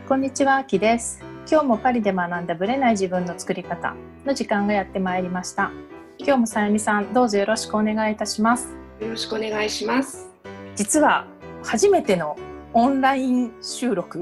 こんにちは、あきです。今日もパリで学んだブレない自分の作り方の時間がやってまいりました。今日もさゆみさん、どうぞよろしくお願いいたします。 よろしくお願いします。 実は初めてのオンライン収録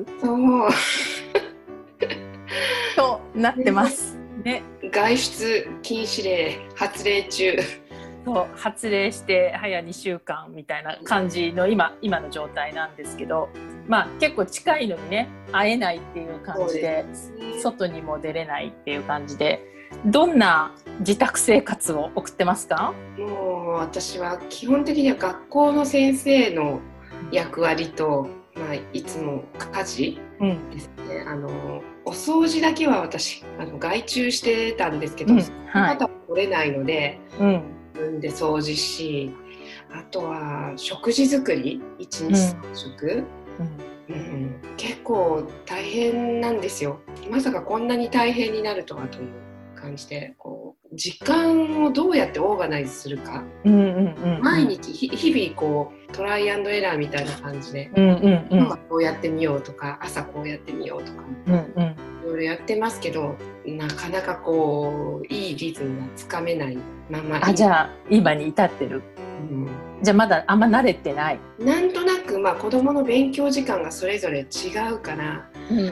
となってますね。 外出禁止令発令中。 そう発令して早2週間みたいな感じの今の状態なんですけど、結構近いのにね、会えないっていう感じで、外にも出れないっていう感じで、どんな自宅生活を送ってますか？ もう私は基本的には学校の先生の役割と、いつも家事ですね。お掃除だけは私外注してたんですけど、その方は取れないので、自分で掃除し、あとは食事作り、1日3食、結構大変なんですよ。まさかこんなに大変になるとはという感じで、時間をどうやってオーガナイズするか、毎日日々トライアンドエラーみたいな感じで、今日はこうやってみようとか、朝こうやってみようとか、いろいろやってますけど、なかなかいいリズムがつかめないまま。 じゃあ今に至ってる。じゃあまだあんま慣れてない。 なんとなく子供の勉強時間がそれぞれ違うから、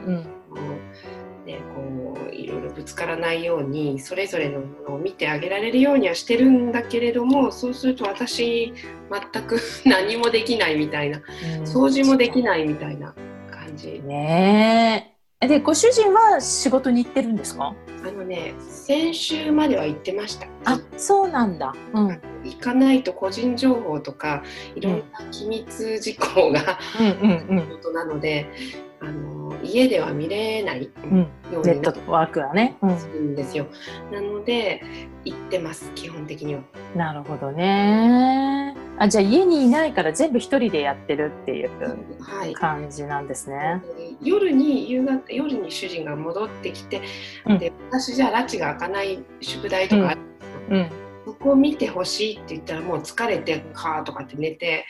いろいろぶつからないようにそれぞれのものを見てあげられるようにはしてるんだけれども、そうすると私全く何もできないみたいな、掃除もできないみたいな感じね。で、ご主人は仕事に行ってるんですか？ 先週までは行ってました。 そうなんだ。 行かないと個人情報とかいろんな機密事項が仕事なので、家では見れないようにネットワークはね、 するんですよ。なので行ってます、基本的には。 なるほどね。じゃあ家にいないから全部一人でやってるっていう感じなんですね。 夜に主人が戻ってきて、で私じゃあ拉致が開かない宿題とかあるんですよ。そこを見てほしいって言ったらもう疲れてカーとかって寝て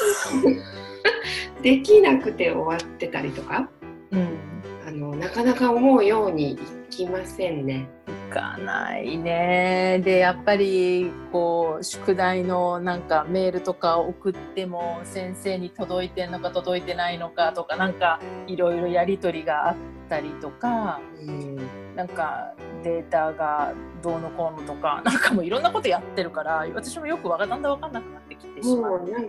できなくて終わってたりとか、なかなか思うようにいきませんね。 いかないね。でやっぱり宿題のなんかメールとか送っても先生に届いてんのか届いてないのかとか、なんかいろいろやり取りがあったりとか、なんかデータがどうのこうのとか、なんかもういろんなことやってるから、私もよくだんだん分かんなくなってきてしまって、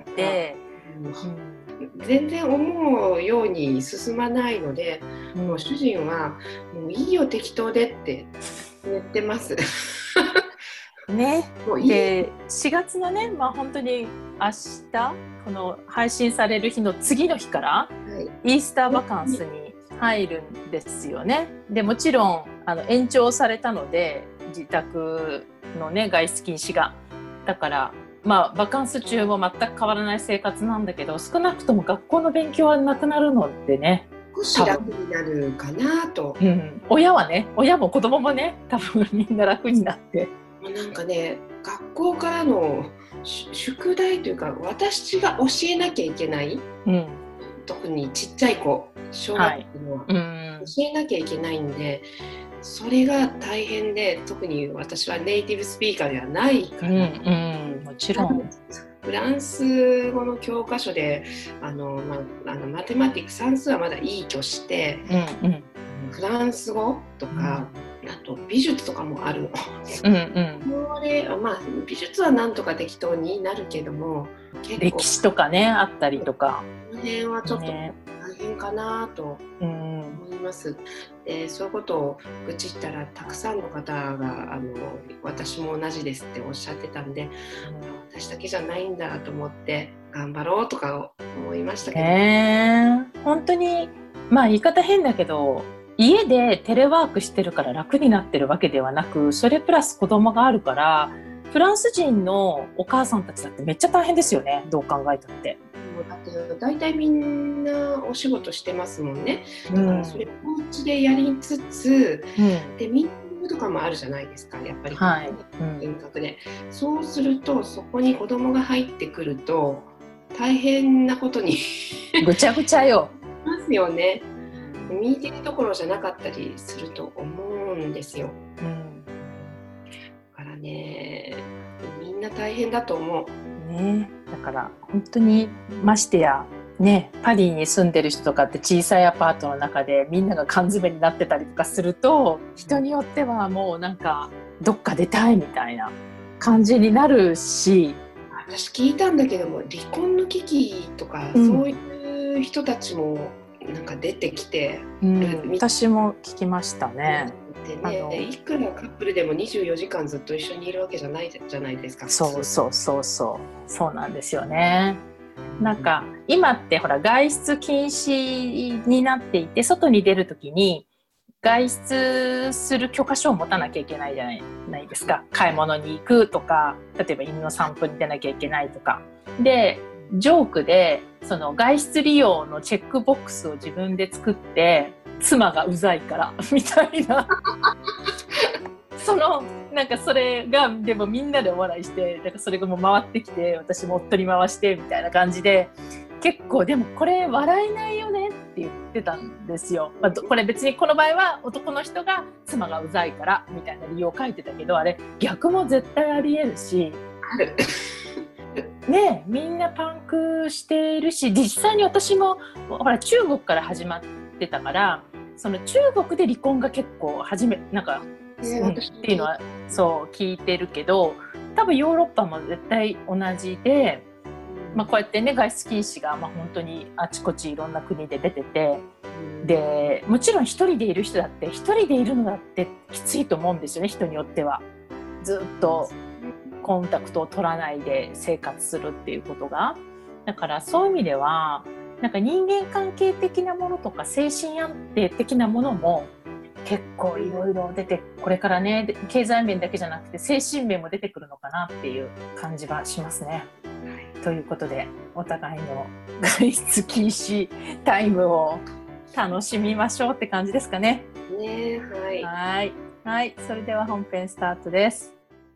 全然思うように進まないので、もう主人はもういいよ適当でって言ってますね。で4月のね、本当に明日この配信される日の次の日から、イースターバカンスに入るんですよね。でもちろん延長されたので、自宅のね外出禁止が、だからバカンス中も全く変わらない生活なんだけど、少なくとも学校の勉強はなくなるのでね、 少し楽になるかなと、 親も子供もね、多分みんな楽になって、 なんかね、学校からの宿題というか私が教えなきゃいけない、特にちっちゃい子、小学校のは、教えなきゃいけないんで、それが大変で、特に私はネイティブスピーカーではないから、 もちろんフランス語の教科書でマテマティック算数はまだいいとして、フランス語とか、あと美術とかもあるの。美術はなんとか適当になるけども、 歴史とかねあったりとか、 この辺はちょっと大変かなと思います。でそういうことを愚痴ったらたくさんの方が私も同じですっておっしゃってたんで、私だけじゃないんだと思って頑張ろうとか思いましたけど、 本当に言い方変だけど、家でテレワークしてるから楽になってるわけではなく、それプラス子供があるから、フランス人のお母さんたちだってめっちゃ大変ですよね、どう考えたって。 だって大体みんなお仕事してますもんね。だからそれをお家でやりつつ、でミーティングとかもあるじゃないですか、やっぱり遠隔で。そうするとそこに子供が入ってくると大変なことにぐちゃぐちゃよ。 ますよね。 見てるところじゃなかったりすると思うんですよ。だからね、みんな大変だと思う。 だから本当にましてやね、パリに住んでる人とかって小さいアパートの中でみんなが缶詰になってたりとかすると、人によってはもうなんかどっか出たいみたいな感じになるし、 私聞いたんだけども、離婚の危機とか、そういう人たちもなんか出てきてる、 私も聞きましたね。 でね、いくらカップルでも24時間ずっと一緒にいるわけじゃないじゃないですか。 そうなんですよね。なんか今ってほら外出禁止になっていて、外に出るときに外出する許可証を持たなきゃいけないじゃないですか。買い物に行くとか、例えば犬の散歩に出なきゃいけないとかで、ジョークでその外出利用のチェックボックスを自分で作って、妻がうざいからみたいななんかそれがでもみんなでお笑いして、なんかそれがもう回ってきて、私も夫に回してみたいな感じで、結構でもこれ笑えないよねって言ってたんですよ。これ別にこの場合は男の人が妻がうざいからみたいな理由を書いてたけど、あれ逆も絶対ありえるし、 あるね、みんなパンクしているし、実際に私もほら中国から始まってたから、その中国で離婚が結構なんか、っていうのはそう聞いてるけど、多分ヨーロッパも絶対同じで、こうやってね外出禁止が本当にあちこちいろんな国で出てて、でもちろん一人でいる人だって一人でいるのだってきついと思うんですよね、人によっては。ずっとコンタクトを取らないで生活するっていうことが。だからそういう意味ではなんか人間関係的なものとか精神安定的なものも結構いろいろ出て、これからね経済面だけじゃなくて精神面も出てくるのかなっていう感じはしますね。ということでお互いの外出禁止タイムを楽しみましょうって感じですかね。はい、それでは本編スタートです。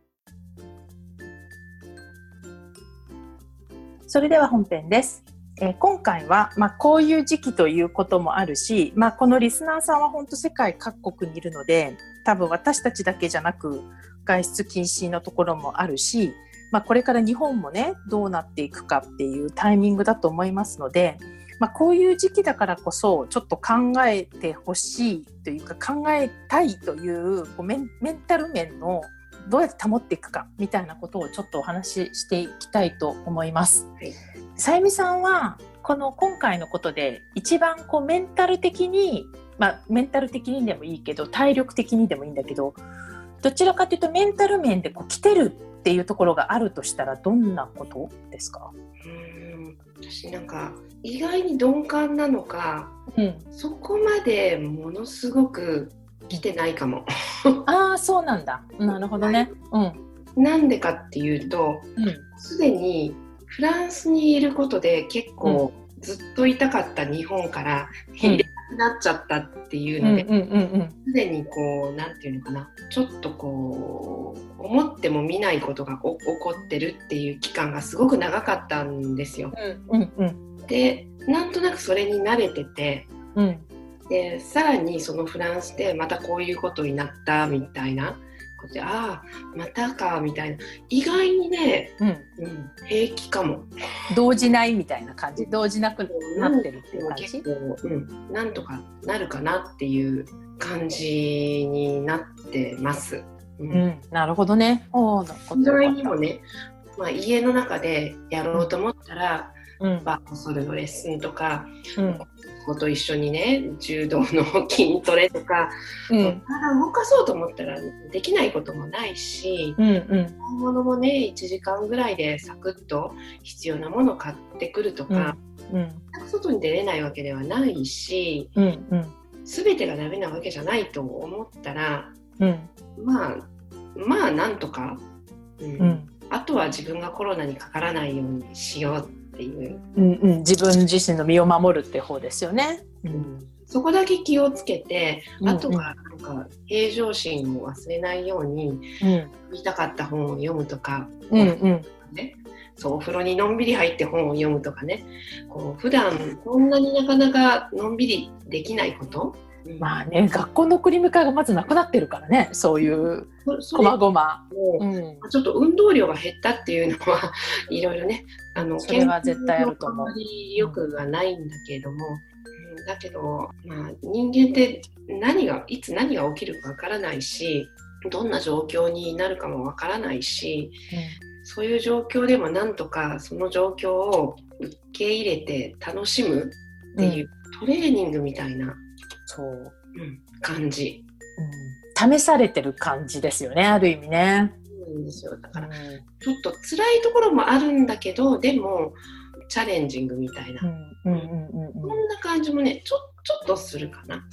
それでは本編です。今回は、こういう時期ということもあるし、このリスナーさんは本当世界各国にいるので、多分私たちだけじゃなく外出禁止のところもあるし、これから日本もねどうなっていくかっていうタイミングだと思いますので、こういう時期だからこそちょっと考えてほしいというか、考えたいというメンタル面のどうやって保っていくかみたいなことをちょっとお話ししていきたいと思います。さゆみさんは今回のことで一番メンタル的に、メンタル的にでもいいけど体力的にでもいいんだけど、どちらかというとメンタル面で来てるっていうところがあるとしたらどんなことですか？ 私なんか意外に鈍感なのか、そこまでものすごく来てないかも。 ああ、そうなんだ。なるほどね。 なんでかっていうと、すでにフランスにいることで結構ずっといたかった日本から変なくなっちゃったっていうので、すでになんていうのかな、ちょっと思っても見ないことが起こってるっていう期間がすごく長かったんですよ。で、なんとなくそれに慣れてて、でさらにそのフランスでまたこういうことになったみたいなことで、ああまたかみたいな、意外にね、平気かも。 動じないみたいな感じ、動じなくなってるっていう感じ。 結構、なんとかなるかなっていう感じになってます。 なるほどね。 意外にもね、家の中でやろうと思ったら、バーソルのレッスンとか、子と一緒にね柔道の筋トレとか、体動かそうと思ったらできないこともないし、買い物もね1時間ぐらいでサクッと必要なものを買ってくるとか、外に出れないわけではないし、全てがダメなわけじゃないと思ったら、まあなんとか、あとは自分がコロナにかからないようにしようっていう、 自分自身の身を守るって方ですよね。 そこだけ気をつけて、あとはなんか平常心を忘れないように、見たかった本を読むとか、 そうお風呂にのんびり入って本を読むとかね、こう普段そんなになかなかのんびりできないこと、 まあね、学校の送り迎えがまずなくなってるからね、そういうこまごま、 ちょっと運動量が減ったっていうのはいろいろね、 それは絶対あると思う。 あまり良くはないんだけれども、だけど、まあ、人間っていつ何が起きるかわからないし、どんな状況になるかもわからないし、そういう状況でもなんとかその状況を受け入れて楽しむっていう、トレーニングみたいな感じ、 試されてる感じですよね、ある意味ね。 そうなんですよ。だから、ちょっと辛いところもあるんだけど、でもチャレンジングみたいな、こんな感じもね、ちょっとするかな。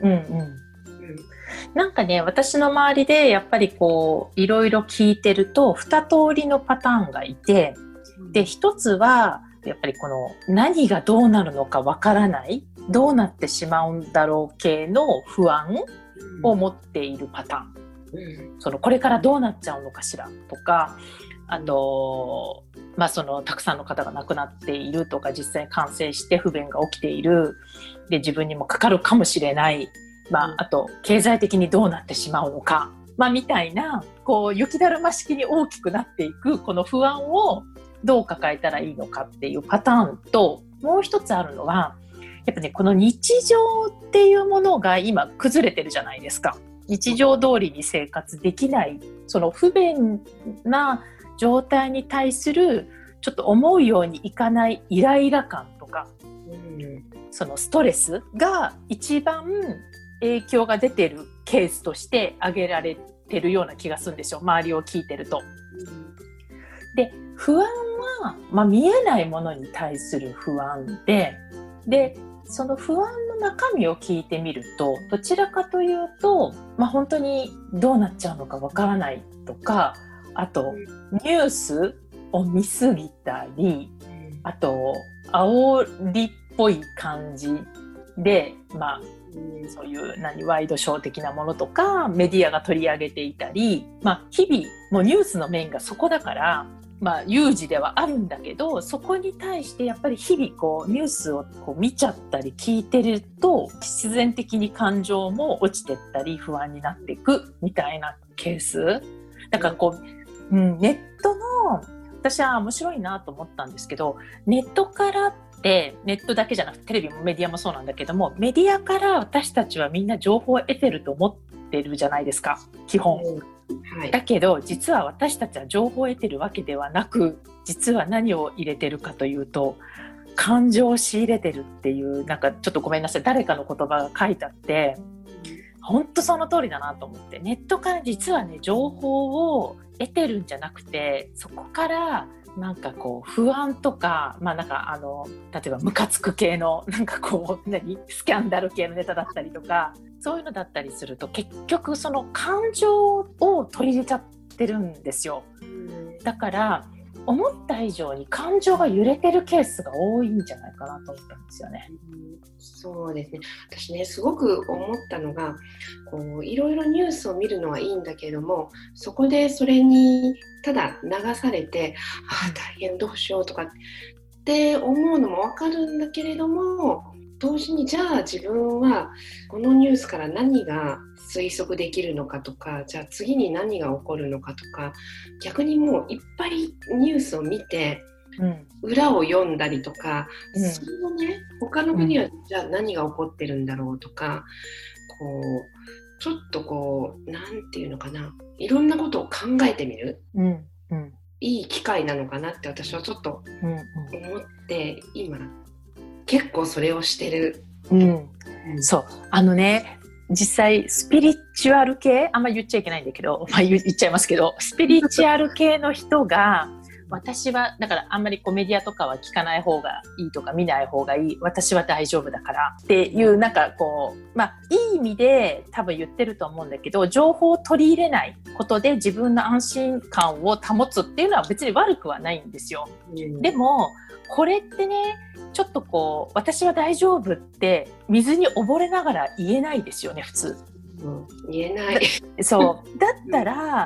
なんかね、私の周りでやっぱりこういろいろ聞いてると2通りのパターンがいて、で一つはやっぱりこの何がどうなるのかわからない、どうなってしまうんだろう系の不安を持っているパターン、そのこれからどうなっちゃうのかしらとか、あと、そのたくさんの方が亡くなっているとか、実際に感染して不便が起きている、で自分にもかかるかもしれない、あと経済的にどうなってしまうのか、みたいなこう雪だるま式に大きくなっていくこの不安をどう抱えたらいいのかっていうパターンと、もう一つあるのはやっぱね、この日常っていうものが今崩れてるじゃないですか。日常通りに生活できない、その不便な状態に対するちょっと思うようにいかないイライラ感とか、そのストレスが一番影響が出てるケースとして挙げられてるような気がするんですよ、周りを聞いてると。で、不安は、見えないものに対する不安で、その不安の中身を聞いてみると、どちらかというと、本当にどうなっちゃうのかわからないとか、あとニュースを見すぎたり、あと煽りっぽい感じで、そういうワイドショー的なものとかメディアが取り上げていたり、日々もうニュースの面がそこだから、有事ではあるんだけど、そこに対してやっぱり日々こうニュースをこう見ちゃったり聞いてると、自然的に感情も落ちてったり不安になっていくみたいなケースだから、こう、ネットの、私は面白いなと思ったんですけど、ネットからってネットだけじゃなくてテレビもメディアもそうなんだけども、メディアから私たちはみんな情報を得てると思ってるじゃないですか、基本。だけど実は私たちは情報を得てるわけではなく、実は何を入れてるかというと感情を仕入れてるっていう、ちょっとごめんなさい、誰かの言葉が書いてあって、本当その通りだなと思って、ネットから実はね、情報を得てるんじゃなくて、そこからこう不安とか、例えばムカつく系のスキャンダル系のネタだったりとか、そういうのだったりすると、結局その感情を取り入れちゃってるんですよ。だから思った以上に感情が揺れてるケースが多いんじゃないかなと思ったんですよね。 そうですね。私ね、すごく思ったのが、いろいろニュースを見るのはいいんだけども、そこでそれにただ流されて、大変どうしようとかって思うのもわかるんだけれども、同時にじゃあ自分はこのニュースから何が推測できるのかとか、じゃあ次に何が起こるのかとか、逆にもういっぱいニュースを見て、裏を読んだりとか、それをね、他の国はじゃあ何が起こってるんだろうとか、ちょっとなんていうのかな、いろんなことを考えてみる、いい機会なのかなって私はちょっと思って、今結構それをしてる。 そう、実際スピリチュアル系、あんま言っちゃいけないんだけど、言っちゃいますけど、スピリチュアル系の人が私はだからあんまりメディアとかは聞かない方がいいとか見ない方がいい、私は大丈夫だからっていういい意味で多分言ってると思うんだけど、情報を取り入れないことで自分の安心感を保つっていうのは別に悪くはないんですよ。でもこれってね、ちょっと私は大丈夫って水に溺れながら言えないですよね、普通。 言えない。 そうだったら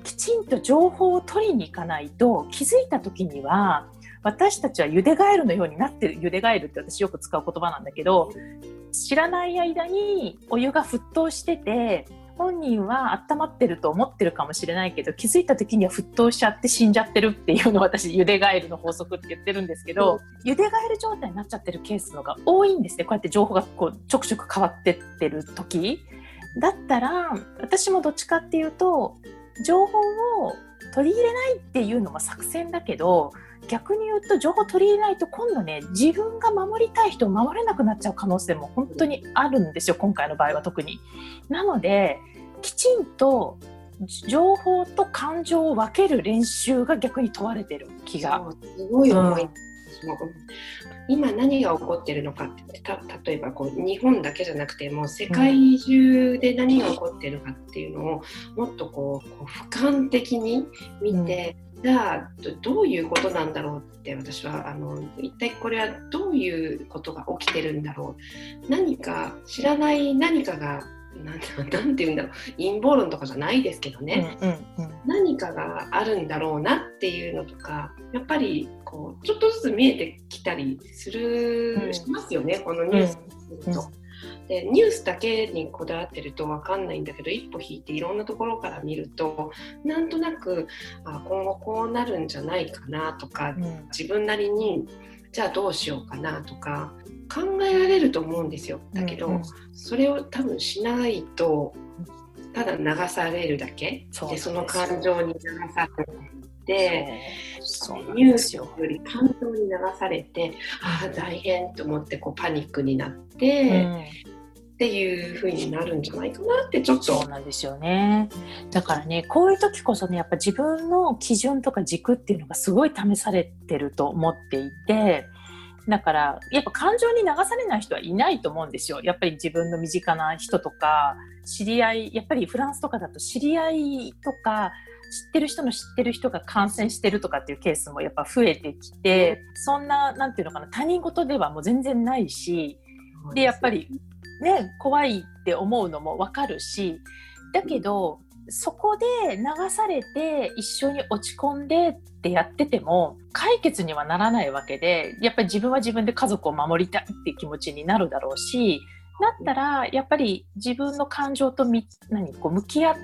きちんと情報を取りに行かないと、気づいた時には私たちはゆでガエルのようになってる。ゆでガエルって私よく使う言葉なんだけど、知らない間にお湯が沸騰してて、本人は温まってると思ってるかもしれないけど、気づいた時には沸騰しちゃって死んじゃってるっていうのを私ゆでガエルの法則って言ってるんですけど、ゆでガエル状態になっちゃってるケースのが多いんですね。こうやって情報がこうちょくちょく変わってってる時だったら、私もどっちかっていうと情報を取り入れないっていうのも作戦だけど、逆に言うと情報を取り入れないと今度ね、自分が守りたい人を守れなくなっちゃう可能性も本当にあるんですよ、今回の場合は特に。なのできちんと情報と感情を分ける練習が逆に問われてる気が。 すごい思い、今何が起こってるのかって、例えばこう日本だけじゃなくてもう世界中で何が起こってるかっていうのをもっとこう俯瞰的に見て、じゃあどういうことなんだろうって、私は一体これはどういうことが起きてるんだろう、何か知らない何かがなんて言うんだろう、陰謀論とかじゃないですけどね、何かがあるんだろうなっていうのとか、やっぱりこうちょっとずつ見えてきたりしますよね、このニュースを見ると。でニュースだけにこだわってると分かんないんだけど、一歩引いていろんなところから見ると、なんとなく今後こうなるんじゃないかなとか、自分なりにじゃあどうしようかなとか考えられると思うんですよ。だけど、それを多分しないとただ流されるだけで、その感情に流されて、ニュースより感情に流されて、大変と思ってこうパニックになって、っていう風になるんじゃないかなってちょっと。 そうなんですよね。だからね、こういう時こそね、やっぱ自分の基準とか軸っていうのがすごい試されてると思っていて、だからやっぱ感情に流されない人はいないと思うんですよ。やっぱり自分の身近な人とか知り合い、やっぱりフランスとかだと知り合いとか知ってる人の知ってる人が感染してるとかっていうケースもやっぱ増えてきて、そんななんていうのかな、他人事ではもう全然ないし、でやっぱりね、怖いって思うのもわかるし、だけどそこで流されて一緒に落ち込んでってやってても解決にはならないわけで、やっぱり自分は自分で家族を守りたいっていう気持ちになるだろうし、だったらやっぱり自分の感情と向き合って、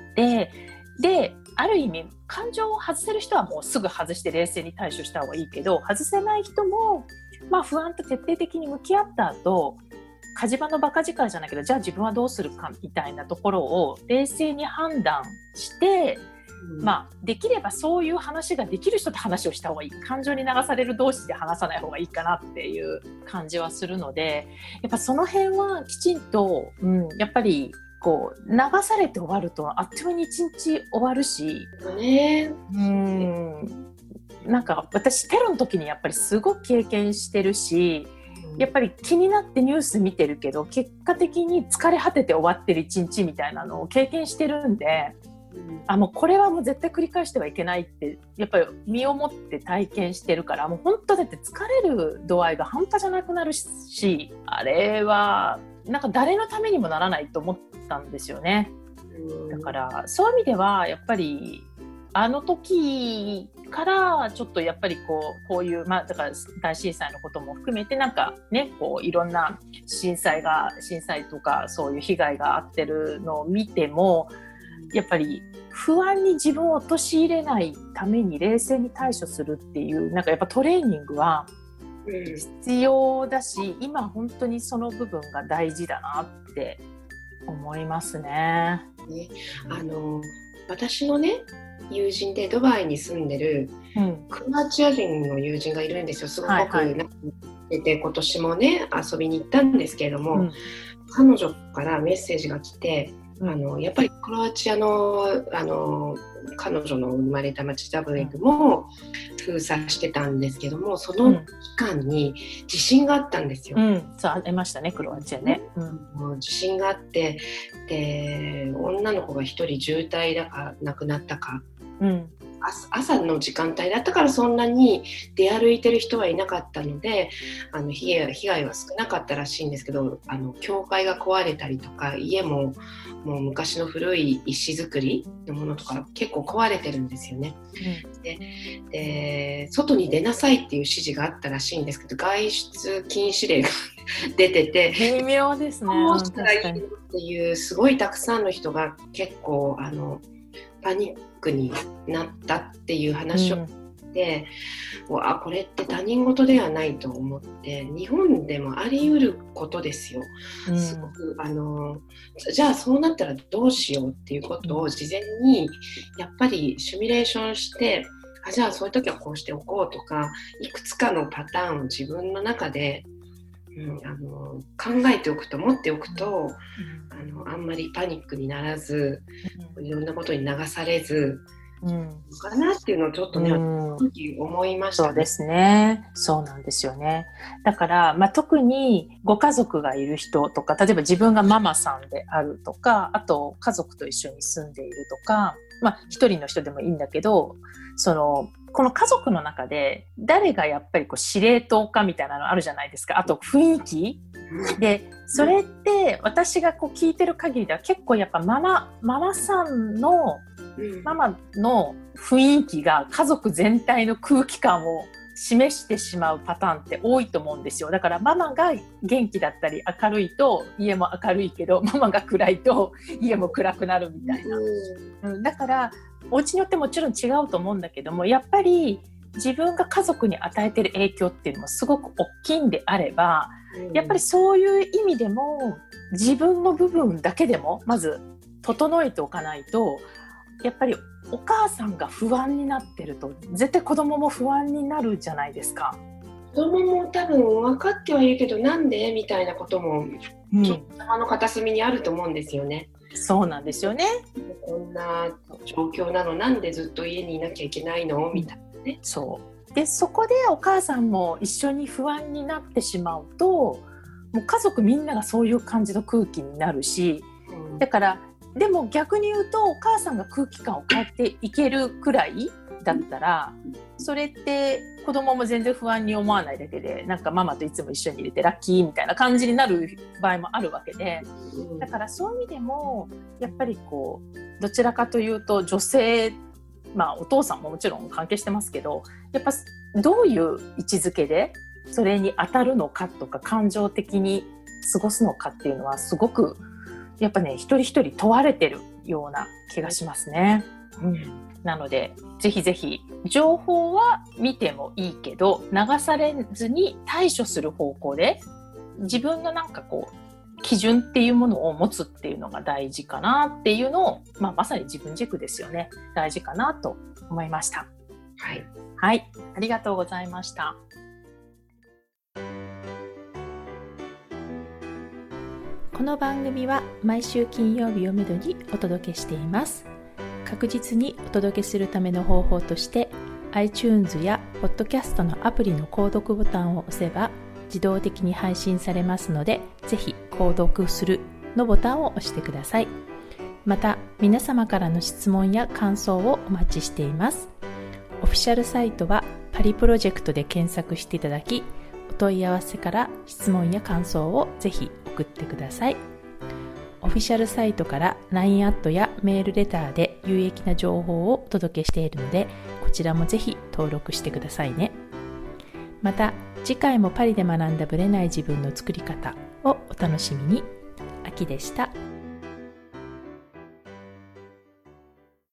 である意味感情を外せる人はもうすぐ外して冷静に対処した方がいいけど、外せない人も不安と徹底的に向き合った後、火事場の馬鹿力じゃないけど、じゃあ自分はどうするかみたいなところを冷静に判断して、できればそういう話ができる人と話をした方がいい。感情に流される同士で話さない方がいいかなっていう感じはするので、やっぱその辺はきちんと、やっぱりこう流されて終わるとあっという間に一日終わるし、なんか私テロの時にやっぱりすごく経験してるし、やっぱり気になってニュース見てるけど結果的に疲れ果てて終わってる一日みたいなのを経験してるんで、もうこれはもう絶対繰り返してはいけないってやっぱり身をもって体験してるから、もう本当だって疲れる度合いが半端じゃなくなるし、あれはなんか誰のためにもならないと思ったんですよね。だからそういう意味ではやっぱりあの時からちょっとやっぱりこういう、だから大震災のことも含めてなんかね、こういろんな震災とかそういう被害があってるのを見ても、やっぱり不安に自分を陥れないために冷静に対処するっていうなんかやっぱトレーニングは必要だし、今本当にその部分が大事だなって思いますね。 私のね友人でドバイに住んでるクロアチア人の友人がいるんですよ。すごく仲良くて、今年もね遊びに行ったんですけれども、彼女からメッセージが来て、やっぱりクロアチアの、彼女の生まれた町ザブレグも封鎖してたんですけども、その期間に地震があったんですよ。 そうありましたね、クロアチアね。 地震があって、で女の子が一人重体だか亡くなったか、 朝の時間帯だったからそんなに出歩いてる人はいなかったので被害は少なかったらしいんですけど、教会が壊れたりとか家ももう昔の古い石造りのものとか結構壊れてるんですよね、で外に出なさいっていう指示があったらしいんですけど、外出禁止令が出てて微妙ですね。 どうしたらいいのっていうすごいたくさんの人が結構パニックになったっていう話を聞いて、これって他人事ではないと思って、日本でもあり得ることですよ、すごくじゃあそうなったらどうしようっていうことを事前にやっぱりシミュレーションして、じゃあそういう時はこうしておこうとか、いくつかのパターンを自分の中で考えておくと、持っておくと、あんまりパニックにならず、いろんなことに流されず、かなっていうのをちょっとね、思いましたね。 そうですね。そうなんですよね。だから、特にご家族がいる人とか、例えば自分がママさんであるとか、あと家族と一緒に住んでいるとか、一人の人でもいいんだけど、この家族の中で誰がやっぱり司令塔かみたいなのあるじゃないですか。あと雰囲気で、それって私が聞いてる限りでは結構やっぱママさんのママの雰囲気が家族全体の空気感を示してしまうパターンって多いと思うんですよ。だからママが元気だったり明るいと家も明るいけど、ママが暗いと家も暗くなるみたいな、だからお家によってもちろん違うと思うんだけども、やっぱり自分が家族に与えている影響っていうのもすごく大きいんであれば、やっぱりそういう意味でも自分の部分だけでもまず整えておかないと、やっぱりお母さんが不安になってると絶対子供も不安になるじゃないですか。 子供も多分分かってはいるけど、なんでみたいなこともちょっと頭の片隅にあると思うんですよね。 そうなんですよね。 こんな状況なの、なんでずっと家にいなきゃいけないのみたいなね。 そうで、そこでお母さんも一緒に不安になってしまうと、もう家族みんながそういう感じの空気になるし、だからでも逆に言うとお母さんが空気感を変えていけるくらいだったら、それって子供も全然不安に思わないだけで、なんかママといつも一緒にいれてラッキーみたいな感じになる場合もあるわけで、だからそういう意味でもやっぱりどちらかというと女性、お父さんももちろん関係してますけど、やっぱどういう位置づけでそれに当たるのかとか、感情的に過ごすのかっていうのはすごくやっぱね、一人一人問われてるような気がしますね。なのでぜひぜひ情報は見てもいいけど、流されずに対処する方向で自分の基準っていうものを持つっていうのが大事かなっていうのを、まさに自分軸ですよね。大事かなと思いました。はい、ありがとうございました。 この番組は毎週金曜日をめどにお届けしています。確実にお届けするための方法として iTunes や Podcast のアプリの購読ボタンを押せば自動的に配信されますので、ぜひ購読するのボタンを押してください。また皆様からの質問や感想をお待ちしています。オフィシャルサイトはパリプロジェクトで検索していただき、お問い合わせから質問や感想をぜひ送ってください。オフィシャルサイトから LINE アットやメールレターで有益な情報をお届けしているので、こちらもぜひ登録してくださいね。また次回もパリで学んだブレない自分の作り方をお楽しみに。あきでした。